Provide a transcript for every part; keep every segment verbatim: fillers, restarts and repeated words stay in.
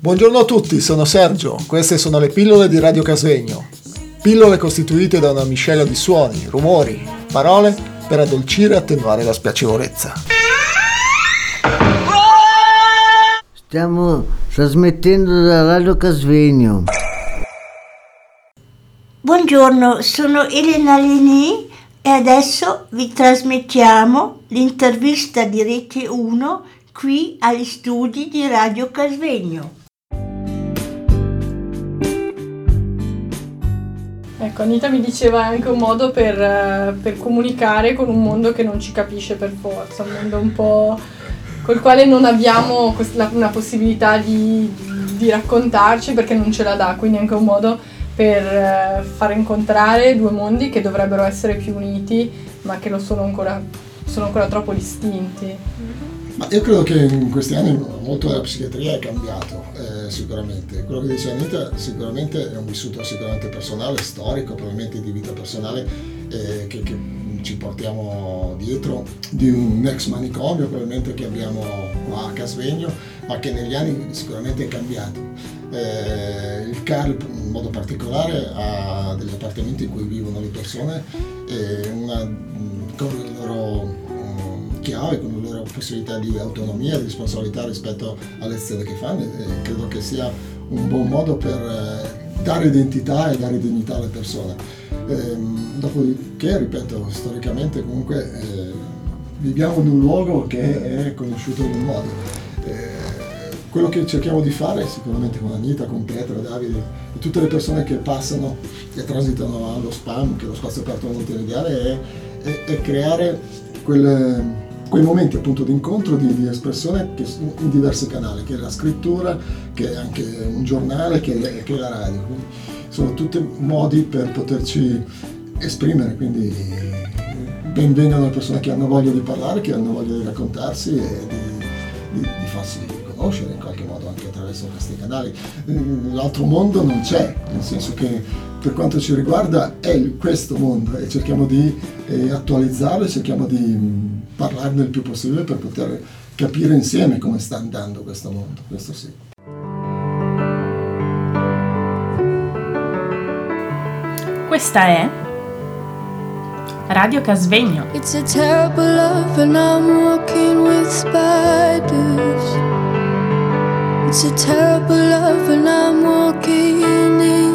Buongiorno a tutti, sono Sergio, queste sono le pillole di Radio Casvegno. Pillole costituite da una miscela di suoni, rumori, parole per addolcire e attenuare la spiacevolezza. Stiamo trasmettendo da Radio Casvegno. Buongiorno, sono Elena Leni e adesso vi trasmettiamo l'intervista di Rete uno qui agli studi di Radio Casvegno. Ecco, Anita mi diceva anche un modo per, per comunicare con un mondo che non ci capisce per forza, un mondo un po' col quale non abbiamo una possibilità di, di raccontarci perché non ce la dà, quindi anche un modo per far incontrare due mondi che dovrebbero essere più uniti, ma che lo sono ancora, sono ancora troppo distinti. Ma io credo che in questi anni molto della psichiatria è cambiato, eh, sicuramente. Quello che dice Anita sicuramente è un vissuto sicuramente personale, storico, probabilmente di vita personale, eh, che, che ci portiamo dietro, di un ex manicomio probabilmente che abbiamo qua a Casvegno, ma che negli anni sicuramente è cambiato. Eh, il C A R in modo particolare ha degli appartamenti in cui vivono le persone e una, con le loro chiave, con le loro possibilità di autonomia, di responsabilità rispetto alle azioni che fanno, e credo che sia un buon modo per eh, dare identità e dare dignità alle persone. Eh, dopodiché, ripeto, storicamente comunque eh, viviamo in un luogo che è conosciuto in un modo. Eh, quello che cerchiamo di fare sicuramente con Anita, con Petra, Davide e tutte le persone che passano e transitano allo spam, che è lo spazio aperto multimediale, è, è, è creare quelle quei momenti appunto di incontro, di, di espressione che in diversi canali, che è la scrittura, che è anche un giornale, che è, che è la radio. Quindi sono tutti modi per poterci esprimere, quindi benvengano le persone che hanno voglia di parlare, che hanno voglia di raccontarsi e di, di, di farsi conoscere in qualche modo anche attraverso questi canali. L'altro mondo non c'è, nel senso che per quanto ci riguarda è il, questo mondo e cerchiamo di eh, attualizzarlo, cerchiamo di mh, parlarne il più possibile per poter capire insieme come sta andando questo mondo, questo sì. Questa è Radio Casvegno. It's a terrible love and I'm walking with spiders. It's a terrible love and I'm walking in.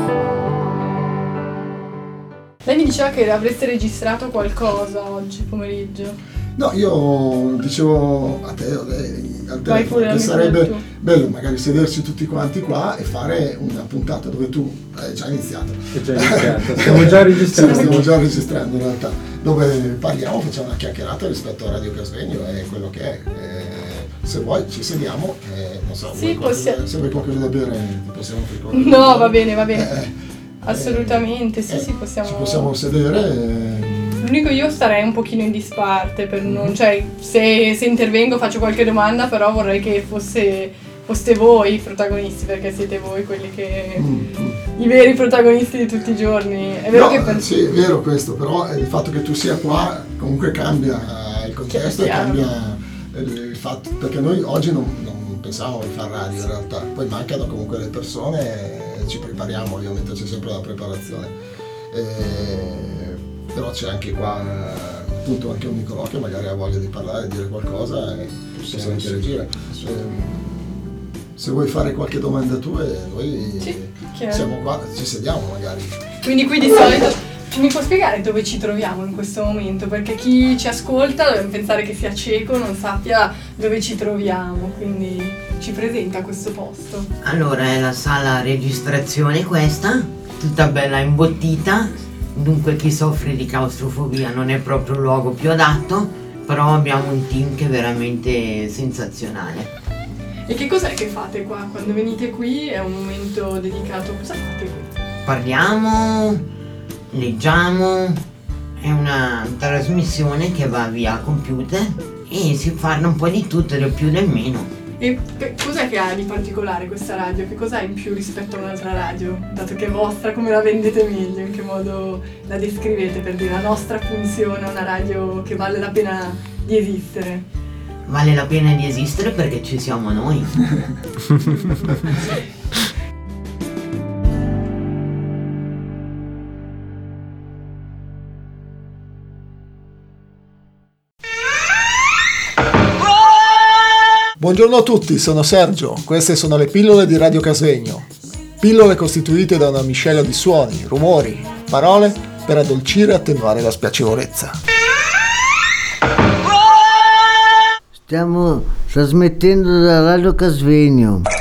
Lei mi diceva che avreste registrato qualcosa oggi pomeriggio. No, io dicevo a te o lei al Vai telefono pure, che sarebbe tu. bello magari sederci tutti quanti qua e fare una puntata dove tu hai già iniziato. È già iniziato, stiamo già registrando. Sì, stiamo già registrando in realtà, dove parliamo, facciamo una chiacchierata rispetto a Radio Casvegno e quello che è. E se vuoi ci sediamo, e, non so, sì, vuoi possiamo... se vuoi qualcosa da bere ti possiamo fare. No, va bene, va bene. Eh, Assolutamente, sì, eh, sì, possiamo... Ci possiamo sedere. E... L'unico io starei un pochino in disparte, per non, cioè se, se intervengo faccio qualche domanda, però vorrei che fosse, foste voi i protagonisti, perché siete voi quelli che... Mm. i veri protagonisti di tutti i giorni. È vero no, che per... Sì, è vero questo, però il fatto che tu sia qua comunque cambia il contesto e cambia il fatto, perché noi oggi non, non pensavamo di fare radio in realtà, poi mancano comunque le persone e ci prepariamo, ovviamente c'è sempre la preparazione. E... però c'è anche qua appunto anche un Nicolò che magari ha voglia di parlare, di dire qualcosa e possiamo interagire. Se vuoi fare qualche domanda tu e noi sì, siamo qua, ci sediamo magari. Quindi qui di solito mi può spiegare dove ci troviamo in questo momento? Perché chi ci ascolta deve pensare che sia cieco, non sappia dove ci troviamo, quindi ci presenta questo posto. Allora è la sala registrazione questa, tutta bella imbottita. Dunque chi soffre di claustrofobia non è proprio il luogo più adatto, però abbiamo un team che è veramente sensazionale. E che cos'è che fate qua? Quando venite qui è un momento dedicato, cosa fate qui? Parliamo, leggiamo, è una trasmissione che va via computer e si parla un po' di tutto, del più e del meno. E che cos'è che ha di particolare questa radio? Che cos'ha in più rispetto a un'altra radio? Dato che è vostra, come la vendete meglio? In che modo la descrivete per dire la nostra funzione è una radio che vale la pena di esistere? vale la pena di esistere perché ci siamo noi. Buongiorno a tutti, sono Sergio, queste sono le pillole di Radio Casvegno. Pillole costituite da una miscela di suoni, rumori, parole per addolcire e attenuare la spiacevolezza. Stiamo trasmettendo da Radio Casvegno.